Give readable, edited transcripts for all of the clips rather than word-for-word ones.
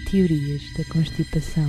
Teorias da constipação.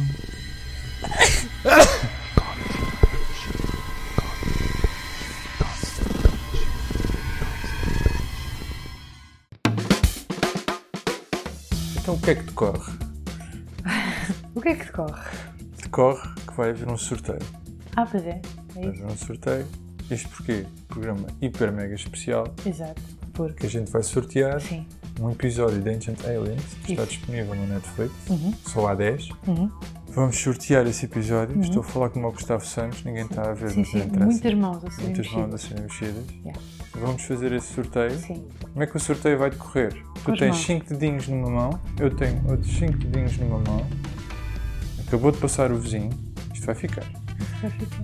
Então o que é que decorre? O que é que decorre? Decorre que vai haver um sorteio. Pois é. Vai haver um sorteio. Isto porque programa hiper mega especial Exato. Porque. que a gente vai sortear Sim. um episódio de Ancient Aliens que está Isso. disponível no Netflix. Uhum. Só há 10. Uhum. Vamos sortear esse episódio. Estou a falar com o meu Gustavo Santos, ninguém está a ver, Sim, mas não sim. interessa. Muitas mãos a serem Muitas mãos a mexidas. serem mexidas. Yeah. Vamos fazer esse sorteio. Sim. Como é que o sorteio vai decorrer? Com Tu as tens mãos. 5 dedinhos numa mão, eu tenho outros 5 dedinhos numa mão. Acabou de passar o vizinho. Isto vai ficar. Vai ficar.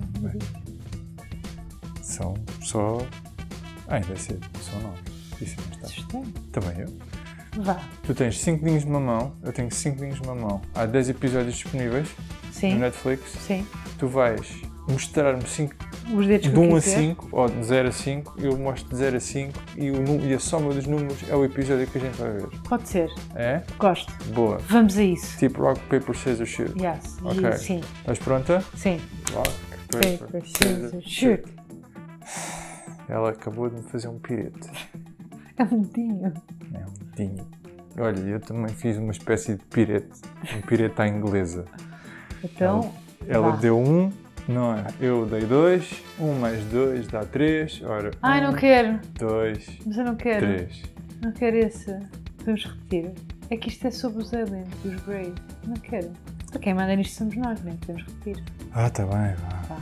São só... ainda é cedo. São 9. Isso não está. Assustei. Também eu. Vá. Tu tens 5 dedinhos numa mão, eu tenho 5 dedinhos numa mão. Há 10 episódios disponíveis no Sim. Netflix. Sim. Tu vais mostrar-me 5 Os dedos de que eu 1 a quiser. 5, ou de 0 a 5, eu mostro de 0 a 5 e a soma dos números é o episódio que a gente vai ver. Pode ser. É? Gosto. Boa. Vamos a isso. Tipo rock, paper, scissors, shoot. Yes. Ok. Sim. Estás pronta? Sim. Rock, Paper, scissors, shoot. Ela acabou de me fazer um pirete. É um dedinho. É um dedinho. Olha, eu também fiz uma espécie de pirete. Um pirete à inglesa. Então. Ela vá. deu 1, não é? Eu dei 2. 1 mais 2 dá 3. Ora, Ai, não quero. 2, Mas eu não quero. 3. Não quero esse. Podemos repetir. É que isto é sobre os aliens, dos Greys. Não quero. Para quem manda nisto somos nós, nem podemos repetir. Ah, tá bem, vá. Vá.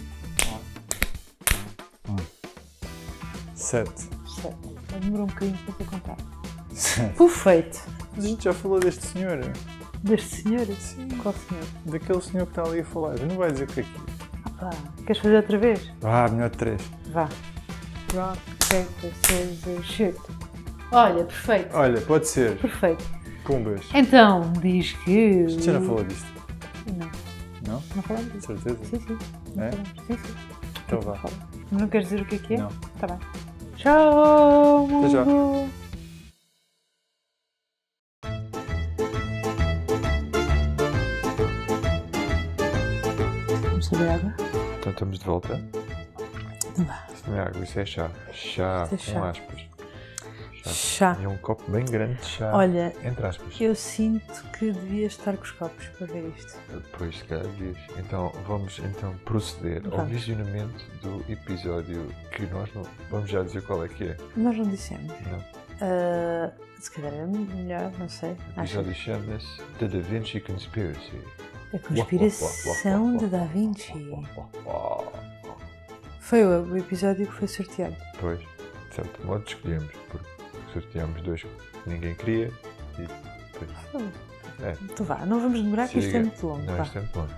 7. Certo. Demorou um bocadinho para eu contar. 7. Perfeito. Mas a gente já falou deste senhor. Deste senhor? Sim. Qual senhor? Daquele senhor que está ali a falar. Não vai dizer o que é que é. Pá, queres fazer outra vez? Melhor 3. Vá. Rock, paper, scissors, shoot. Olha, perfeito. Olha, pode ser. Perfeito. Pumbas. Então, diz que... Isto já não falou disto? Não, Não? não falamos disso. Certeza? Sim, sim. Não É? falamos. Sim, sim. Então vá. Fala. Não queres dizer o que é? Não. Tá bem. Tchau, Até já. mundo. Vamos beber água? Então estamos de volta. Então vá. Isto não é água, isso é chá. Chá Isso é com chá. aspas. Chá. E é um copo bem grande de chá. Olha, Entre aspas. eu sinto que devias estar com os copos para ver isto. Depois, se calhar, diz. Então, vamos proceder ao Vamos. visionamento do episódio que nós não... Vamos já dizer qual é que é. Nós não dissemos. Não. Se calhar é melhor, não sei. O episódio chama-se The Da Vinci Conspiracy. A conspiração de Da Vinci. Foi o episódio que foi sorteado. Pois, de certo modo escolhemos, porque sorteámos 2 que ninguém queria e depois... É, Então vá, não vamos demorar que isto é siga. muito longo. Não, Vá. isto é muito longo.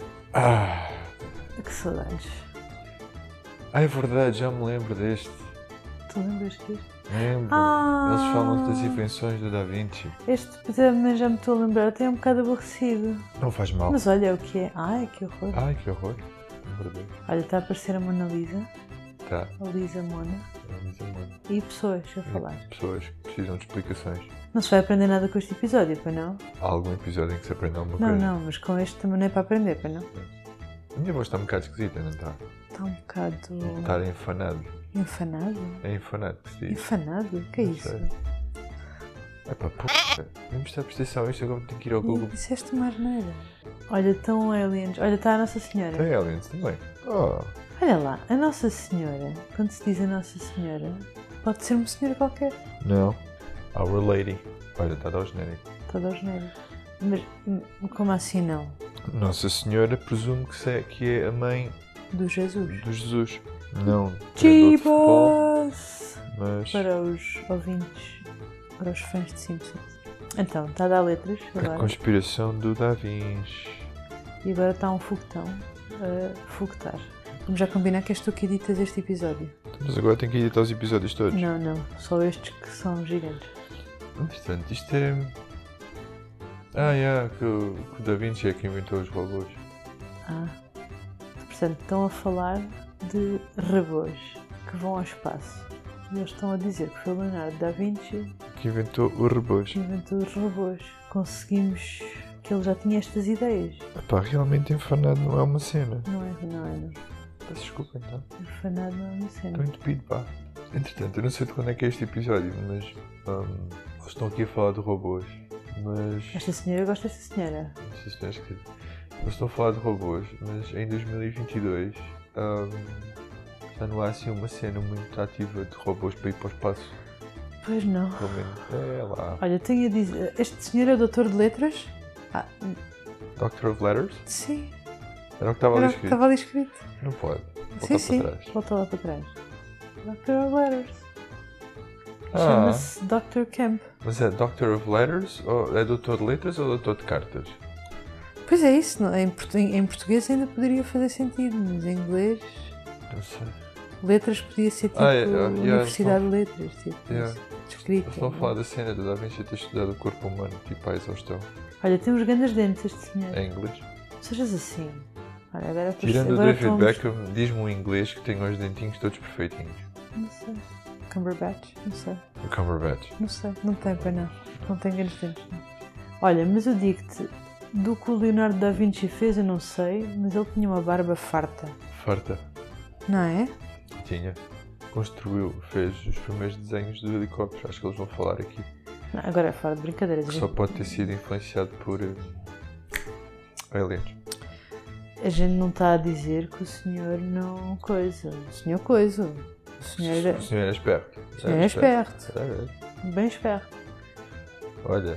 Que saudades. É verdade, já me lembro deste. Tu lembras disto? Lembro. Eles falam das invenções do Da Vinci. Este também já me estou a lembrar, até é um bocado aborrecido. Não faz mal. Mas olha o que é. Ai, que horror. Ai, que horror. Meu Deus. Olha, está a aparecer a Mona Lisa, Tá. a Lisa Mona, Vamos embora. e pessoas a falar. Pessoas que precisam de explicações. Não se vai aprender nada com este episódio, pois não? Há algum episódio em que se aprende alguma Não, coisa? não, mas com este também não é para aprender, pois não? A minha voz está um bocado esquisita, não está? Está um bocado Estar enfanado. enfanado. É enfanado que se diz. Enfanado? O que é Não isso? sei. Epá, p***. Vamos prestar prestação. Isto agora tenho que ir ao Google. Disseste uma asneira. Olha, estão aliens. Olha, está a Nossa Senhora. Tem aliens também. Oh, Olha lá, a Nossa Senhora, quando se diz a Nossa Senhora, pode ser uma senhora qualquer. não. Our Lady. Olha, está a dar o genérico. Toda a genérica. Mas como assim não? Nossa Senhora presumo que é a mãe Do Jesus. do Jesus. Não. treinador de futebol, Chivas! mas Para os ouvintes, para os fãs de Simpsons. Então, está a dar letras a agora. conspiração do Da Vinci. E agora está um foguetão a foguetar. Vamos já combinar que és tu que editas este episódio. Mas agora tenho que editar os episódios todos. Não, não. Só estes que são gigantes. Portanto, isto é... que o Da Vinci é que inventou os robôs. Portanto, estão a falar de robôs que vão ao espaço. E eles estão a dizer que foi o Leonardo da Vinci Que inventou os robôs. que inventou os robôs. Conseguimos que ele já tinha estas ideias. Epá, realmente enfanado não é uma cena. Não é. Peço desculpa então. Enfanado não é uma cena. Estou entupido, pá. Entretanto, eu não sei de quando é que é este episódio, mas eles estão aqui a falar de robôs. Mas. Esta senhora gosta desta senhora. Esta senhora é esquisita. Eles estão a falar de robôs, mas em 2022 já não há assim uma cena muito ativa de robôs para ir para o espaço. Pois não. Pelo menos é lá. Olha, tenho a dizer. Este senhor é o doutor de letras? Doctor of Letters? Sim. Era o que estava ali Era o que escrito. estava ali escrito. Não pode. Sim, sim. Para trás. Volta lá para trás. Doctor of Letters. Ah, Chama-se Dr. Camp. mas é Doctor of Letters? Ou é doutor de letras ou doutor de cartas? Pois é isso. Não? Em português ainda poderia fazer sentido, mas em inglês... Não sei. Letras podia ser tipo Universidade de Letras. Tipo, escrita. Eles estão a falar da cena do Da Vinci ter estudado o corpo humano, tipo à exaustão. Olha, tem uns grandes dentes este senhor. Em inglês? Sejas assim. Olha, agora Tirando agora o David Beckham, diz-me um inglês que tenha os dentinhos todos perfeitinhos. Não sei. Cumberbatch? Não sei. O Cumberbatch. Não sei. Não tem para não. Não tem grandes dentes. Não. Olha, mas eu digo-te, do que o Leonardo da Vinci fez eu não sei, mas ele tinha uma barba farta. Farta. Não é? Tinha. Construiu, fez os primeiros desenhos do helicóptero. Acho que eles vão falar aqui. Não, agora é fora de brincadeiras. Que só pode ter sido influenciado por aliens. A gente não está a dizer que o senhor não coisa. O senhor coisa. O senhor é esperto. O senhor é esperto. Bem esperto. Olha.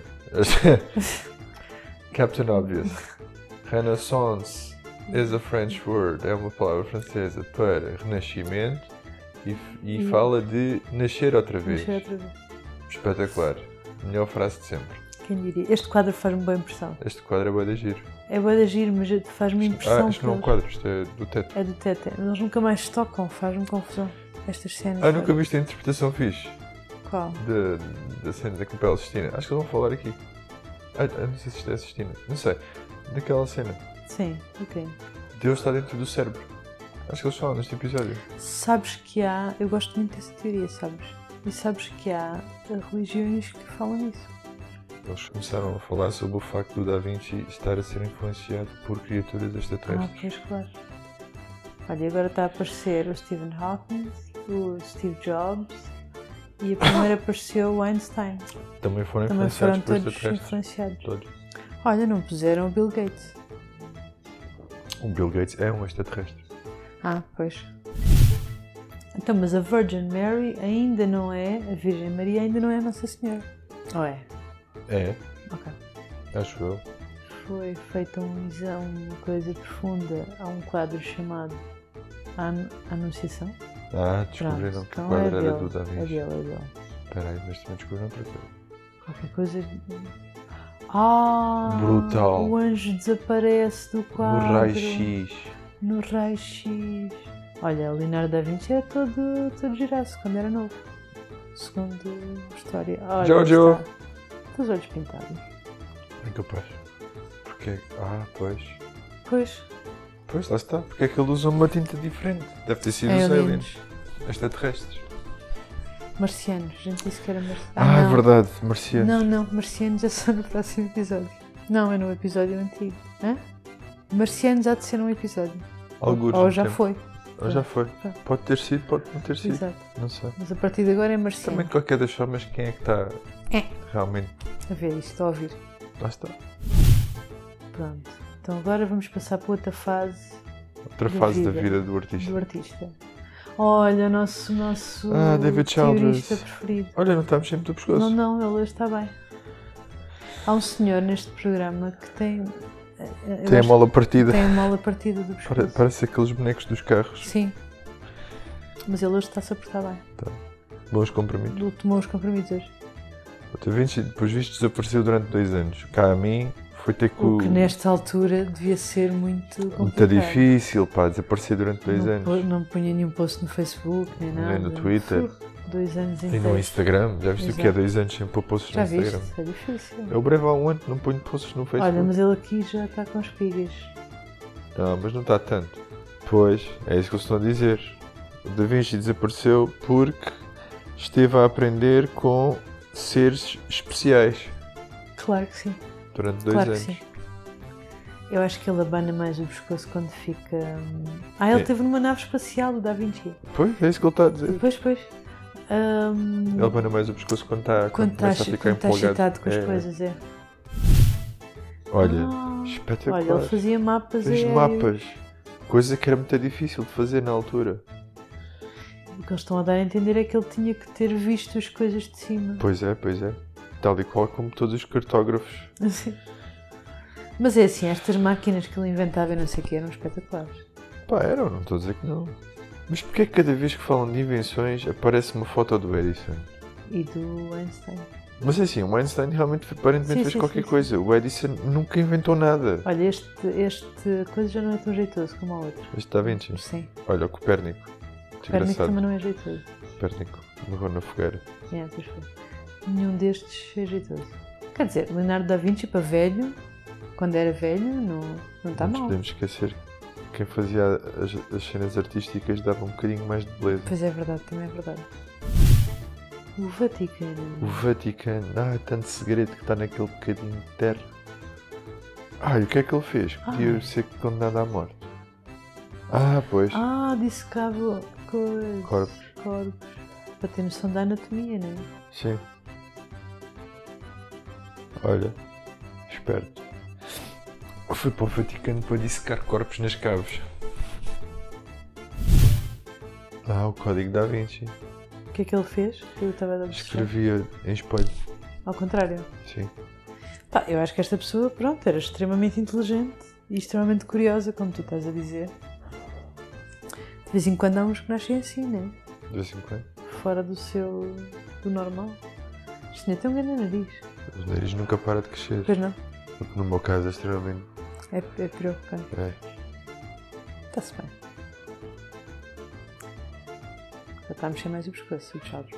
Captain Obvious. Renaissance is a French word. É uma palavra francesa para renascimento e fala de nascer outra vez. Nascer outra vez. Espetacular. Melhor frase de sempre. Quem diria? Este quadro faz-me boa impressão. Este quadro é bué de giro. É bué de giro, mas faz-me impressão. Isto não é um quadro, isto é do teto. É do teto. Eles nunca mais se tocam, faz-me confusão. Estas cenas. Nunca viste a interpretação fixe? Qual? Da cena da Capela Sistina. Acho que eles vão falar aqui. Não sei se isto é Sistina. Não sei. Daquela cena. Sim, ok. Deus está dentro do cérebro. Acho que eles falam neste episódio. Sabes que há... Eu gosto muito dessa teoria, sabes? E sabes que há religiões que falam nisso. Eles começaram a falar sobre o facto do Da Vinci estar a ser influenciado por criaturas extraterrestres. Pois claro. Olha, agora está a aparecer o Stephen Hawking, o Steve Jobs e a primeira apareceu o Einstein. Também foram Também influenciados foram por todos extraterrestres. influenciados. Todos. Olha, não puseram o Bill Gates. O Bill Gates é um extraterrestre. Pois. Então, mas a Virgin Mary ainda não é, a Virgem Maria ainda não é a Nossa Senhora. Ou é? É? Ok. Acho eu. Foi feita uma coisa profunda a um quadro chamado Anunciação. Descobriram Pronto, que o então quadro é era dele, do Da Vinci. É dele. Espera aí, mas também descobriram outra coisa. Qualquer coisa... Brutal. O anjo desaparece do quadro. No raio-x. No raio-x. Olha, o Leonardo da Vinci era todo giraço quando era novo. Segundo a história. Olha, Jojo! Está os olhos pintados. Incapaz. Porque... pois. Pois. Lá está. Porque é que ele usa uma tinta diferente? Deve ter sido os aliens. Extraterrestres. Marcianos. A gente disse que era marcianos. É verdade. Marcianos. Não. Marcianos é só no próximo episódio. Não, é no episódio antigo. Hã? Marcianos há de ser um episódio. Algures, ou já foi. Ou já foi. Pode ter sido, pode não ter sido. Exato. Não sei. Mas a partir de agora é marciano. Também de qualquer das formas, quem é que está realmente... A ver isto, a ouvir. Lá está. Pronto. Então agora vamos passar para outra fase. Outra fase da vida do artista. Do artista. Olha, o nosso David Childress. preferido. Olha, não está a mexer muito o pescoço. Não, ele hoje está bem. Há um senhor neste programa que tem... Tem a mola partida. Tem a mola partida do pescoço. Parece aqueles bonecos dos carros. Sim. Mas ele hoje está-se a portar bem. Tá. Bons comprimidos. Ele tomou os comprimidos hoje. O Da Vinci, depois visto, desapareceu durante 2 anos. Cá a mim, foi ter que... O que nesta altura devia ser muito complicado. Muito difícil, desaparecer durante 2 anos. Não punha nenhum post no Facebook, nem nada. Nem no Twitter. 2 anos E inteiros. no Instagram. Já viste o que é 2 anos sem pôr posts no Instagram? Já viste? É difícil. Eu breve há 1 ano, não ponho posts no Facebook. Olha, mas ele aqui já está com espigas. Não, mas não está tanto. Pois, é isso que eles estão a dizer. O Da Vinci desapareceu porque esteve a aprender com seres especiais Claro que sim. durante 2 Claro anos. que sim. Eu acho que ele abana mais o pescoço quando fica... ele esteve numa nave espacial, o Da Vinci. Pois, é isso que ele está a dizer. Pois. Ele abana mais o pescoço quando começa a ficar está empolgado. excitado com as coisas, é. Olha, espetacular. Olha, ele fazia mapas Fez aéreos. mapas. Coisa que era muito difícil de fazer na altura. O que eles estão a dar a entender é que ele tinha que ter visto as coisas de cima. Pois é. Tal e qual como todos os cartógrafos. Sim. Mas é assim, estas máquinas que ele inventava e não sei o que eram espetaculares. Pá, eram, não estou a dizer que não. Mas porquê é que cada vez que falam de invenções aparece uma foto do Edison? E do Einstein. Mas é assim, o Einstein realmente aparentemente fez qualquer coisa. Sim. O Edison nunca inventou nada. Olha, este coisa já não é tão jeitoso como o outro. Este Da Vinci? Sim. Olha, o Copérnico. Copérnico também não é jeitoso. Copérnico morreu na fogueira. Pois foi. Nenhum destes é jeitoso. Quer dizer, Leonardo da Vinci para velho, quando era velho, não está mal. Não podemos esquecer que quem fazia as cenas artísticas dava um bocadinho mais de beleza. Pois é verdade, também é verdade. O Vaticano. O Vaticano. Tanto segredo que está naquele bocadinho de terra. E o que é que ele fez? Podia ser condenado à morte. Pois. Dissecava corpos. Para ter noção da anatomia, não é? Sim. Olha, esperto. Foi para o Vaticano para dissecar corpos nas caves. O Código Da Vinci. O que é que ele fez? Eu estava a dar Escrevia em espelho. Ao contrário? Sim. Eu acho que esta pessoa, era extremamente inteligente e extremamente curiosa, como tu estás a dizer. De vez em quando há uns que nascem assim, não é? De vez em quando. Fora do normal. Isto nem tem um grande nariz. O nariz nunca para de crescer. Pois não? Porque no meu caso é extremamente... É preocupante. É. Está-se bem. Já está a mexer mais o pescoço, o Charles.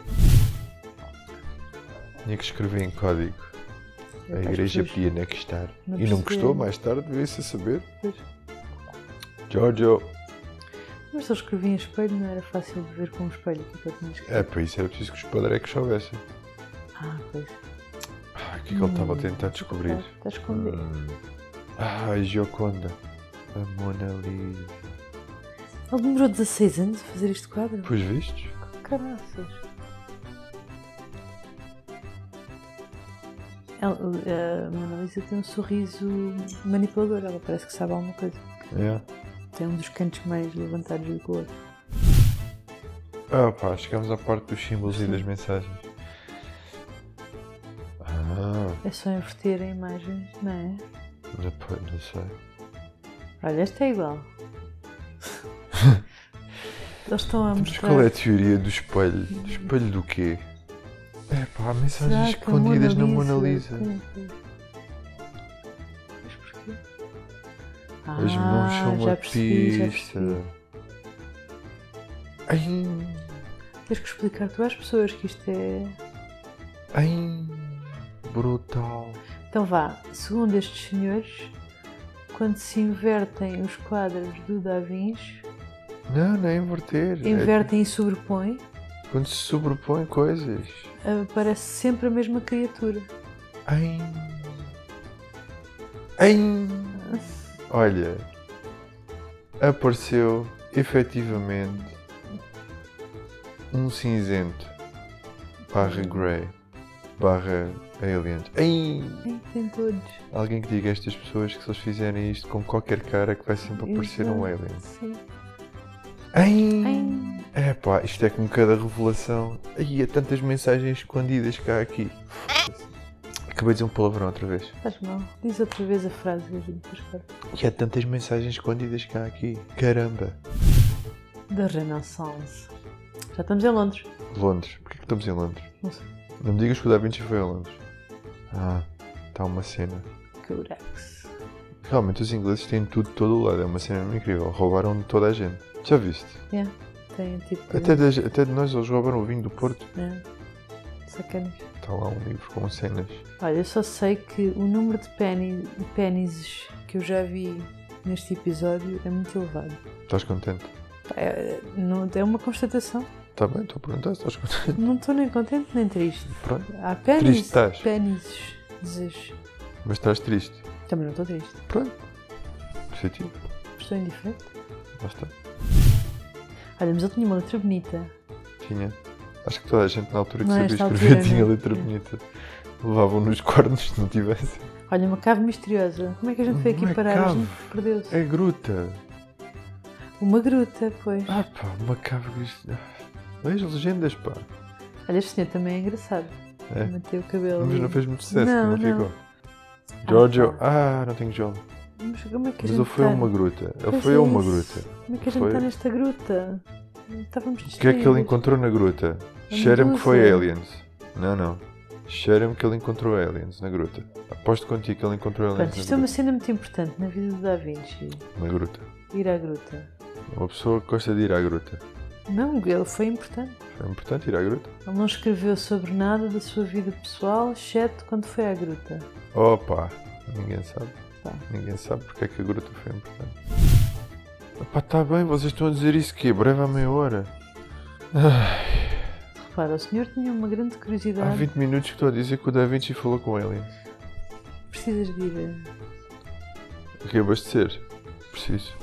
Tinha que escrever em código. A igreja podia anexar. E não gostou, mais tarde devia-se a saber. Pois. Giorgio. Mas se eu escrevia em espelho, não era fácil de ver com um espelho o que eu tinha escrito. Para isso era preciso que os padrecos soubessem. Pois. O que é que ele estava a tentar descobrir? Está a esconder. Gioconda. A Mona Lisa. Ele demorou 16 anos a fazer este quadro? Pois vistos? Caraças. A Mona Lisa tem um sorriso manipulador, ela parece que sabe alguma coisa. Tem um dos cantos mais levantados do que o outro. Chegamos à parte dos símbolos e das mensagens. É só inverter a imagem, não é? Não sei. Olha, esta é igual. Eles estão a mostrar... Mas qual é a teoria do espelho? Do espelho do quê? Mensagens escondidas na Mona Lisa. Mas porquê? As mãos são uma pista. Tens que explicar tu às pessoas que isto é... Brutal. Então vá, segundo estes senhores, quando se invertem os quadros do Da Vinci... Não é inverter. Invertem e sobrepõem. Quando se sobrepõem coisas. Aparece sempre a mesma criatura. Olha, apareceu efetivamente um cinzento /grey /aliens. Tem todos. Alguém que diga a estas pessoas que se eles fizerem isto com qualquer cara que vai sempre aparecer um alien. Sim. Isto é como cada revelação. Há tantas mensagens escondidas que há aqui. Acabei de dizer um palavrão outra vez. Estás mal. Diz outra vez a frase que a gente depois fala. E há tantas mensagens escondidas que há aqui. Caramba. Da Renaissance. Já estamos em Londres. Londres. Porquê que estamos em Londres? Não sei. Não me digas que o Da Vinci foi a Londres. Está uma cena. Codex. Realmente os ingleses têm tudo de todo o lado. É uma cena mesmo incrível. Roubaram de toda a gente. Já viste? Tem tipo... Até de nós eles roubaram o vinho do Porto. Sacanas. Está lá um livro com cenas. Olha, eu só sei que o número de pénises que eu já vi neste episódio é muito elevado. Estás contente? É uma constatação. Está bem, estou a perguntar se estás contente. Não estou nem contente nem triste. Pronto. Há Triste estás. pénises. Mas estás triste. Também não estou triste. Pronto. Positivo. Estou indiferente. Lá está. Olha, mas ele tinha uma letra bonita. Tinha. Acho que toda a gente na altura que Não é sabia esta escrever altura, tinha não é? letra bonita. Levavam nos cornos se não tivesse. Olha, uma cave misteriosa. Como é que a gente veio aqui Não é parar? A cave. gente perdeu-se. É gruta. Uma gruta, pois. Ah pá, uma cave. Veja legendas, pá. Olha, este senhor também é engraçado. É. Manteve o cabelo. Mas não fez muito sucesso, Não, não ficou. não. Giorgio. não tenho Giorgio. Mas como é que a Mas gente ele foi a tá? uma gruta. Ele Pois foi é a uma isso. gruta. Como é que a gente Foi. está nesta gruta? Estávamos O que é que ele encontrou na gruta? Cheira-me que foi medusa. aliens. Não. Cheira-me que ele encontrou aliens na gruta. Aposto contigo que ele encontrou aliens Pronto, na isto é uma gruta. cena muito importante na vida do Da Vinci. Na gruta. Ir à gruta. Uma pessoa que gosta de ir à gruta. Não, ele foi importante. Foi importante ir à gruta. Ele não escreveu sobre nada da sua vida pessoal, exceto quando foi à gruta. Opa, ninguém sabe. Pá. Ninguém sabe porque é que a gruta foi importante. Epá, está bem, vocês estão a dizer isso que é breve à meia hora. Repara, o senhor tinha uma grande Há curiosidade. 20 minutos que estou a dizer que o Da Vinci falou com aliens. Precisas de ir. O que é abastecer? Preciso.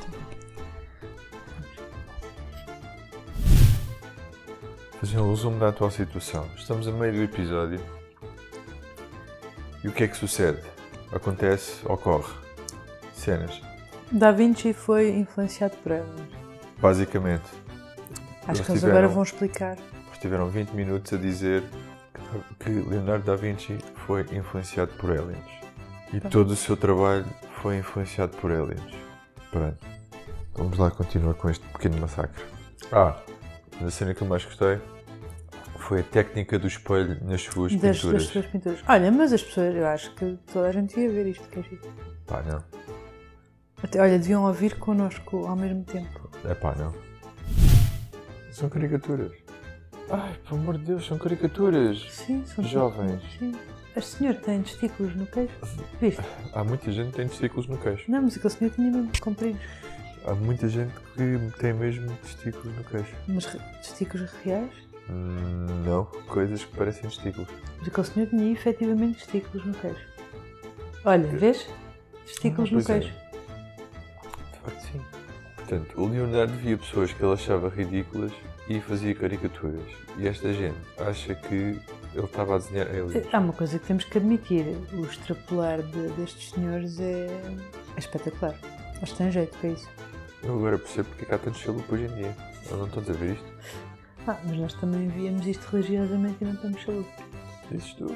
Fazer um resumo da atual situação. Estamos a meio do episódio. E o que é que sucede? Ocorre. Cenas. Da Vinci foi influenciado por ela. Basicamente, Acho que Eles eles agora tiveram- vão explicar. tiveram 20 minutos a dizer que Leonardo da Vinci foi influenciado por aliens. E todo o seu trabalho foi influenciado por aliens. Pronto. Vamos lá continuar com este pequeno massacre. A cena que eu mais gostei foi a técnica do espelho nas suas Das pinturas. suas pinturas. Olha, mas as pessoas, eu acho que toda a gente ia ver isto, que é giro. Pá, não. Até, olha, deviam ouvir connosco ao mesmo tempo. É pá, não. São caricaturas. Ai, pelo amor de Deus, são caricaturas. Sim, são Jovens. Sim. Este senhor tem testículos no queixo. Viste? Há muita gente que tem testículos no queixo. Não, mas aquele senhor tinha mesmo compridos. Há muita gente que tem mesmo testículos no queixo. Mas testículos reais? Não, coisas que parecem testículos. Mas aquele senhor tinha efetivamente testículos no queixo. Olha, vês? Testículos no Pois é. queixo. De facto, sim. Portanto, o Leonardo via pessoas que ele achava ridículas e fazia caricaturas. E esta gente acha que ele estava a desenhar aliens. Há uma coisa que temos que admitir. O extrapolar destes senhores é espetacular. Eles têm jeito para isso. Eu agora percebo porque é que há tanto chalupa hoje em dia. Eu não estou a ver isto. Mas nós também víamos isto religiosamente e não estamos chalupas. Dizes tu?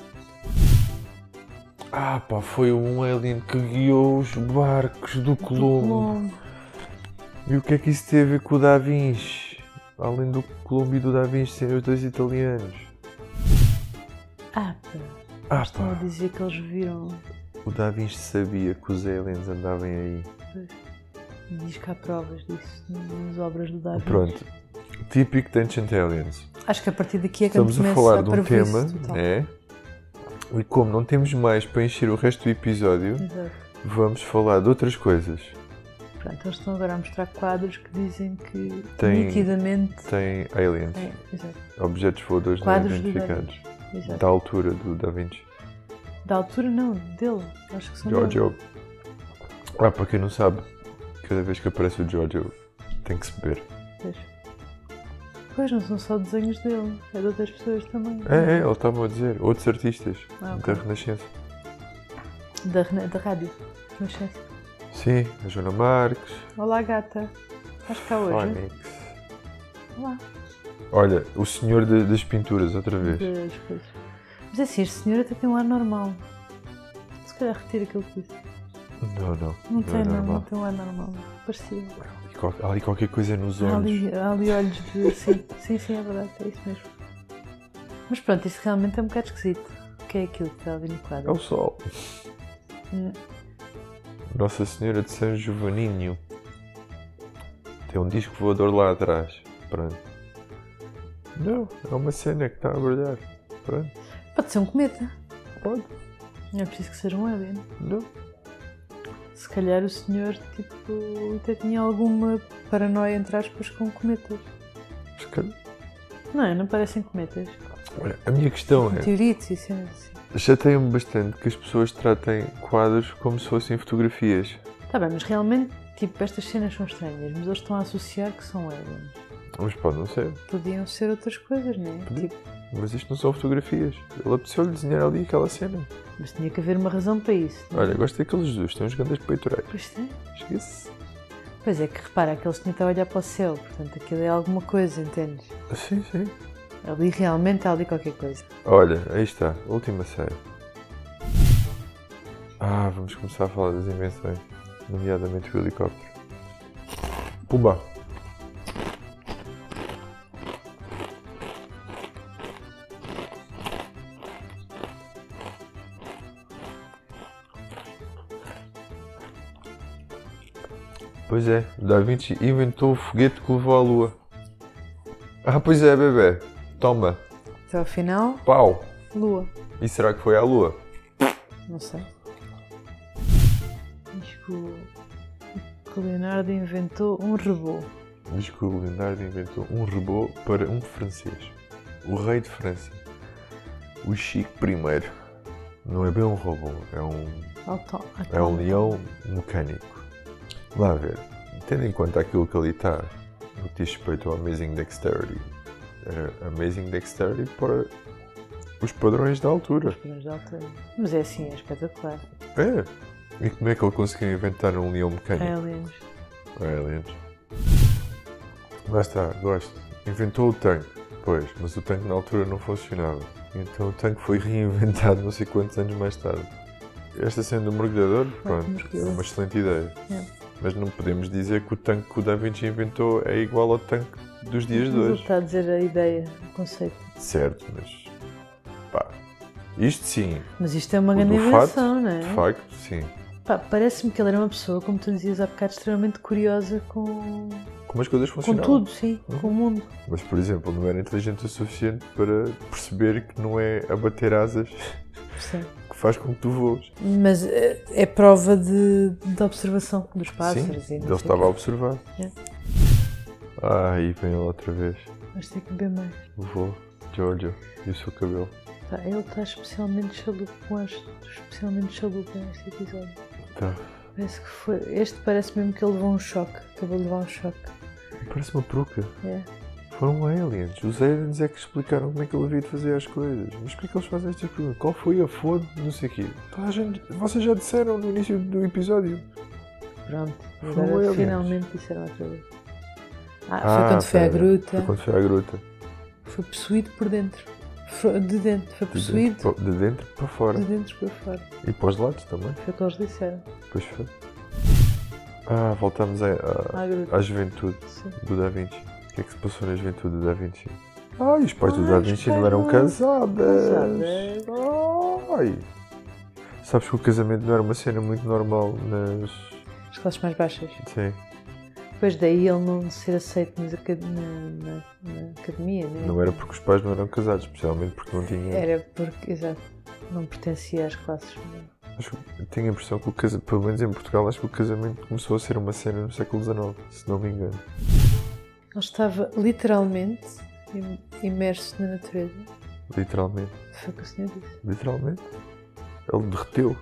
Pá, foi um alien que guiou os barcos do Colombo. E o que é que isso tem a ver com o Da Vinci? Além do Colombo e do Da Vinci serem os dois italianos. Estão a dizer que eles viram. O Da Vinci sabia que os aliens andavam aí. Diz que há provas disso nas obras do Da Vinci. Pronto. Típico de Ancient Aliens. Acho que a partir daqui é que Estamos a começa falar de um parvoíce tema, total. né? E como não temos mais para encher o resto do episódio, Exato. vamos falar de outras coisas. Pronto, eles estão agora a mostrar quadros que dizem que Tem- nitidamente Tem aliens, exato, objetos voadores não Quadros do identificados, exato. da altura do Da Vinci. Da altura não, dele. Acho que são Giorgio. Para quem não sabe, cada vez que aparece o Giorgio, tem que se beber. dele. Pois, não são só desenhos dele, é de outras pessoas também. Ele estava a dizer, outros artistas Ok. da Renascença. Da rádio. Renascença. Sim, a Joana Marques, Olá, gata. Estás cá hoje? Phonics. Olá. Olha, o senhor das pinturas, outra vez. Das coisas. Mas é assim, este senhor até tem um ar normal. Se calhar retira aquilo que disse. Não. Não tem, é não normal. tem um ar normal. Parecia. Há ali qualquer coisa nos Há olhos. ali olhos de. Sim, é verdade, é isso mesmo. Mas pronto, isso realmente é um bocado esquisito. O que é aquilo que está ali no É quadro? o sol. Nossa Senhora de São Giovanninho. Tem um disco voador lá atrás. Pronto. Não, é uma cena que está a brilhar. Pronto. Pode ser um cometa. Pode. Não é preciso que seja um alien. Não. Se calhar o senhor, tipo, até tinha alguma paranoia, entre aspas, com cometas. Se calhar. Não parecem cometas. Olha, a minha questão é... Meteoritos e cenas assim. Chateia-me bastante que as pessoas tratem quadros como se fossem fotografias. Está bem, mas realmente, tipo, estas cenas são estranhas, mas eles estão a associar que são aliens. Mas pode não ser. Podiam ser outras coisas, não é? Podia. Tipo, Mas isto não são fotografias. Ele apeteceu-lhe desenhar ali aquela cena. mas tinha que haver uma razão para isso. Não é? Olha, gosto daqueles Jesus, tem uns grandes peitorais. Pois tem. Esquece. Pois é que repara, aqueles tinham estado a olhar para o céu, portanto aquilo é alguma coisa, entendes? Sim, sim. Ali realmente há ali qualquer coisa. Olha, aí está, última série. Vamos começar a falar das invenções, nomeadamente o helicóptero. Pumba! Pois é, o Da Vinci inventou o foguete que levou à Lua. Pois é, bebê. Toma. Então ao final, Pau. Lua. E será que foi à Lua? Não sei. Diz que o Leonardo inventou um robô. Diz que o Leonardo inventou um robô para um francês. O rei de França. O Chico I. Não é bem um robô, é um leão mecânico. Lá ver. Tendo em conta aquilo que ali está, no que diz respeito ao Amazing Dexterity. Amazing Dexterity para os padrões da altura. Mas é assim, é espetacular. É. E como é que ele conseguiu inventar um leão mecânico? Aliens. Aliens. Lá está, gosto. Inventou o tanque. Pois, mas o tanque na altura não funcionava. Então o tanque foi reinventado não sei quantos anos mais tarde. Esta cena do mergulhador, pronto, é uma excelente ideia. É. Mas não podemos dizer que o tanque que o Da Vinci inventou é igual ao tanque dos dias de hoje. Está a dizer a ideia, o conceito. Certo, mas... pá, isto sim. Mas isto é uma O grande do invenção, não é? De facto, sim. Pá, parece-me que ele era uma pessoa, como tu dizias há bocado, extremamente curiosa com Como as coisas funcionam. tudo, sim, com o mundo. Mas, por exemplo, não era inteligente o suficiente para perceber que não é a bater asas Sim. que faz com que tu voes. Mas é prova de observação dos pássaros. Sim, e não ele sei estava quê. a observar. É. E vem ele outra vez. Mas tem que beber mais. O vô, Giorgio, e o seu cabelo. Tá, ele está especialmente chalupo, com ar especialmente chalupo neste episódio. Tá. Parece que foi. Este parece mesmo que ele levou um choque. Acabou de levar um choque. Parece uma peruca. É. Foram aliens. Os aliens é que explicaram como é que ele havia de fazer as coisas. Mas porquê que eles fazem estas perguntas? Qual foi a fonte? Não sei o quê. Vocês já disseram no início do episódio. Pronto. Foram Agora aliens. finalmente disseram outra vez. Foi quando foi à gruta. Foi quando foi à gruta. Foi possuído por dentro. De dentro. Foi possuído De dentro para fora. de dentro para fora. E para os lados também. Foi o que eles disseram. Pois foi. Voltamos À gruta. à juventude Sim. do Da Vinci. O que é que se passou na juventude do Da Vinci? E os pais do Da os Vinci pais não eram não- casados. Casados. Sabes que o casamento não era uma cena muito normal nas... As classes mais baixas. Sim. Depois daí ele não ser aceito na academia, né? Não era porque os pais não eram casados, especialmente porque não tinham... Era porque, exato, não pertencia às classes. Tenho a impressão que pelo menos em Portugal, acho que o casamento começou a ser uma cena no século XIX, se não me engano. Ele estava literalmente imerso na natureza. Literalmente. Foi o que o senhor disse. Literalmente. Ele derreteu.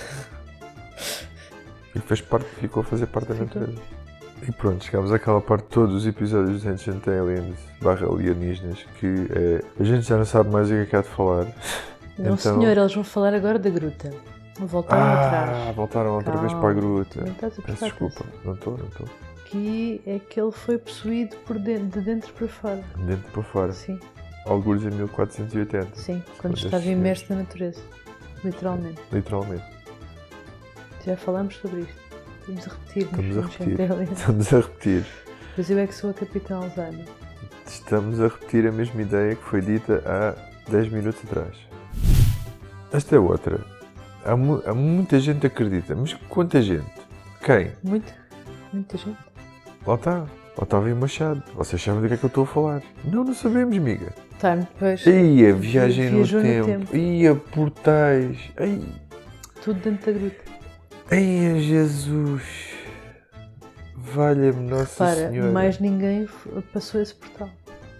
E ficou a fazer parte da natureza. E pronto, chegámos àquela parte de todos os episódios dos Ancient Aliens /alienígenas que a gente já não sabe mais o que é que há de falar. Não, senhor, eles vão falar agora da gruta. Voltaram atrás. Voltaram outra vez para a gruta. Não estás a Peço prestar desculpa, atenção. não estou. Que é que ele foi possuído de dentro para fora. Dentro para fora. Sim, Alguns em 1480. sim, quando Desses estava senhores. imerso na natureza. Literalmente. Literalmente. Já falamos sobre isto. Estamos a repetir. Estamos a nos repetir. Ancient Aliens. Estamos a repetir. Mas eu é que sou a Capitã Alzheimer. Estamos a repetir a mesma ideia que foi dita há 10 minutos atrás. Esta é outra. Há muita gente que acredita, mas quanta gente? Quem? Muita gente. Lá está. Otávio Machado. Vocês sabem do que é que eu estou a falar? Não sabemos, miga. Time, depois. Ia, viagem no Viajou no tempo. tempo. Ia, portais. Tudo dentro da gruta. Ai, Jesus. Valha-me Nossa Repara, Senhora. mais ninguém passou esse portal.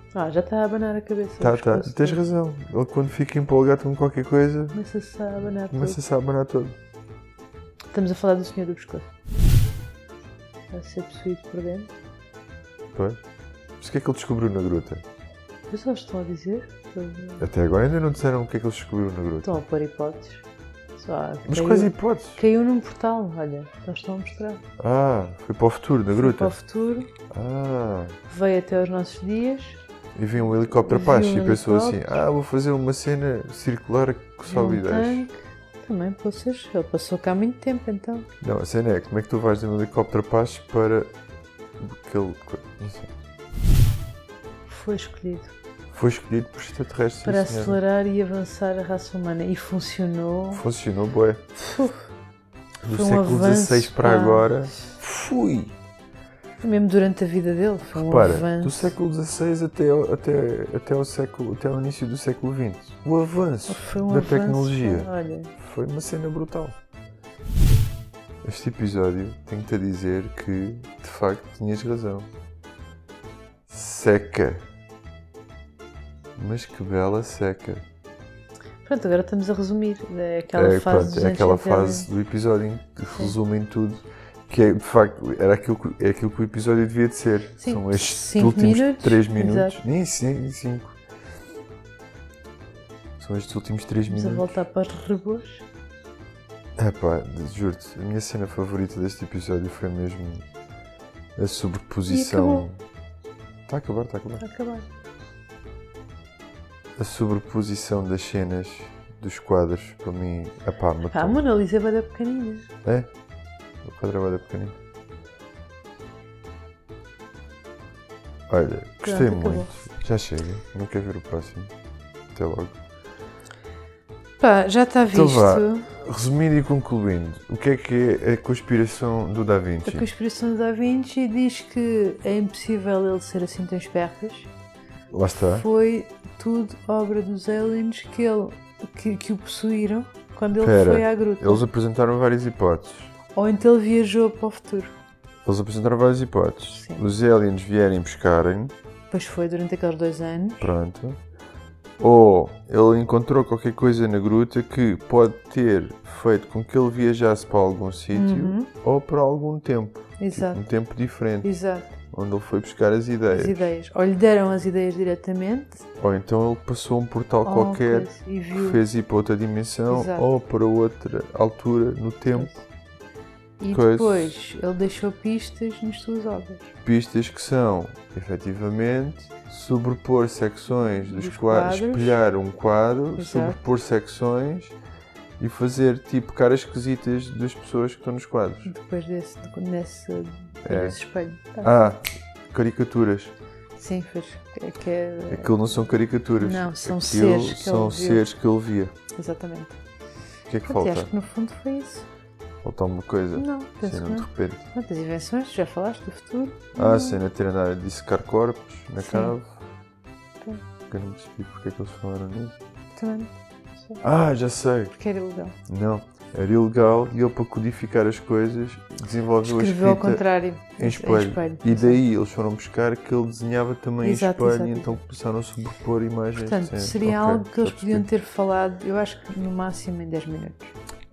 Já está a abanar a cabeça. Tá. Tens razão. Ele quando fica empolgado com qualquer coisa, Começa-se a abanar todo. começa-se a abanar todo. Estamos a falar do senhor do pescoço. A ser possuído por dentro. Pois. Mas o que é que ele descobriu na gruta? Mas eles estão a dizer. Até agora ainda não disseram o que é que ele descobriu na gruta. Estão a pôr hipóteses. Mas quais hipóteses? Caiu num portal, olha. Eles estão a mostrar. Foi para o futuro, na gruta? Foi para o futuro. Ah. Veio até aos nossos dias. E viu um helicóptero abaixo e pensou assim, vou fazer uma cena circular que sobe e desce. Também, vocês, ele passou cá há muito tempo, então. Não, a cena é, como é que tu vais de um helicóptero abaixo para aquele... Não sei. Foi escolhido. Foi escolhido por extraterrestres. Para acelerar e avançar a raça humana. E funcionou. Funcionou, bué. Do um século avanço, XVI para agora, fui! Mesmo durante a vida dele, foi Repara, um avanço. do século XVI até ao início do século XX. O avanço da tecnologia foi uma cena brutal. Este episódio tenho-te a dizer que, de facto, tinhas razão. Seca. Mas que bela seca. Pronto, agora estamos a resumir. É aquela fase do episódio em que resumem tudo. Que é, de facto, é aquilo que o episódio devia de ser. Sim, são estes últimos 3 minutos. Exato. Nem 5. São estes últimos 3 minutos. Vamos a voltar para os rebos. Juro-te, a minha cena favorita deste episódio foi mesmo a sobreposição. Está a acabar. A sobreposição das cenas dos quadros, para mim, a Mona Lisa vai dar pequenina. É? O quadro vai dar pequenino. Olha, gostei muito. Já chega. Não quero ver o próximo. Até logo. Já está visto. Então vá, resumindo e concluindo, o que é a conspiração do Da Vinci? A conspiração do Da Vinci diz que é impossível ele ser assim tão espertas. Lá está. Foi tudo obra dos aliens que o possuíram quando ele foi à gruta. Eles apresentaram várias hipóteses. Ou então ele viajou para o futuro. Eles apresentaram várias hipóteses. Sim. Os aliens vierem buscarem. Pois foi durante aqueles 2 anos. Pronto. Ou ele encontrou qualquer coisa na gruta que pode ter feito com que ele viajasse para algum sítio ou para algum tempo. Exato. Um tempo diferente. Exato. Onde ele foi buscar as ideias. Ou lhe deram as ideias diretamente. Ou então ele passou um portal qualquer e viu. fez ir para outra dimensão. Exato. Ou para outra altura no tempo. E depois ele deixou pistas nas suas obras. Pistas que são, efetivamente, sobrepor secções dos quadros, quadros, espelhar um quadro, exato, sobrepor secções e fazer tipo caras esquisitas das pessoas que estão nos quadros. Depois nesse espelho. Caricaturas. Sim, fez. Aquilo não são caricaturas. Não, são seres que ele via. Exatamente. O que é que falta? Acho que no fundo foi isso. Falta alguma coisa? Não, penso que não. De repente. Quantas invenções? Já falaste do futuro? A cena de ter andado a dissecar corpos na cave. Sim. Que eu não percebi porque é que eles falaram nisso. Também não sei. Já sei. Porque era ilegal. Não, era ilegal e ele, para codificar as coisas, desenvolveu a escrita ao contrário, em espelho. E daí eles foram buscar que ele desenhava também em espelho e então começaram a sobrepor imagens. Portanto, seria algo que eles podiam ter falado, eu acho que no máximo em 10 minutos.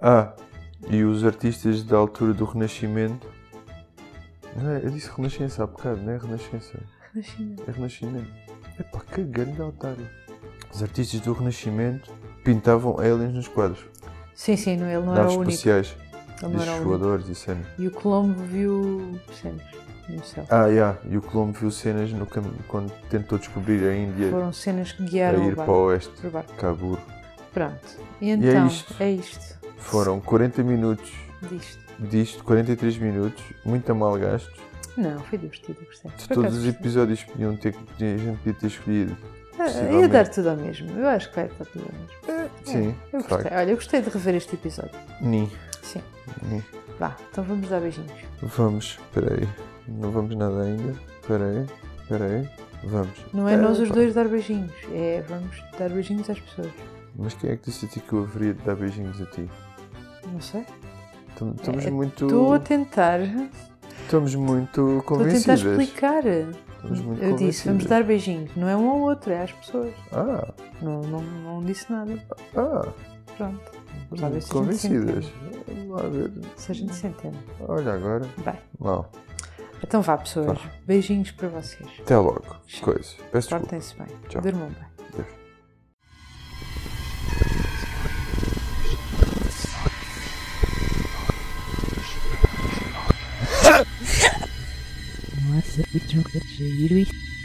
E os artistas da altura do Renascimento... Não é? Eu disse Renascença há bocado, não é Renascença? É Renascimento. Epá, que grande otário. Os artistas do Renascimento pintavam aliens nos quadros. Sim, ele não era o único. Espaciais. Discos voadores e cenas. E o Colombo viu cenas no céu. E o Colombo viu cenas no caminho, quando tentou descobrir a Índia. Foram cenas que guiaram a ir para o oeste, Cabur. Pronto. E então, é isto. Foram 40 minutos disto, 43 minutos, muito a mal gastos. Não, foi divertido, gostei. De todos os episódios a gente podia ter escolhido. Ia dar tudo ao mesmo. Eu acho que vai dar tudo ao mesmo. Sim, eu gostei. Olha, eu gostei de rever este episódio. Sim. Vá, então vamos dar beijinhos. Vamos, espera aí. Não vamos nada ainda. Espera aí. Vamos. Não é nós os dois dar beijinhos. É, vamos dar beijinhos às pessoas. Mas quem é que disse a ti que eu haveria de dar beijinhos a ti? Não sei. Estamos muito... Estou a tentar Estamos muito Estou a tentar convencidas. explicar. Estamos muito Eu disse, vamos convencidas. dar beijinhos. Não é um ao outro, é às pessoas. Ah, Não disse nada. Pronto. estamos Talvez muito seja convencidas. Vamos lá ver. Se a gente se entende. Olha agora. Bem, Mal. então vá, pessoas. Beijinhos para vocês. Até logo. Coisa. Peço desculpa. Portem-se bem. Tchau. Durmam bem. Deus. Nossa, que tronco de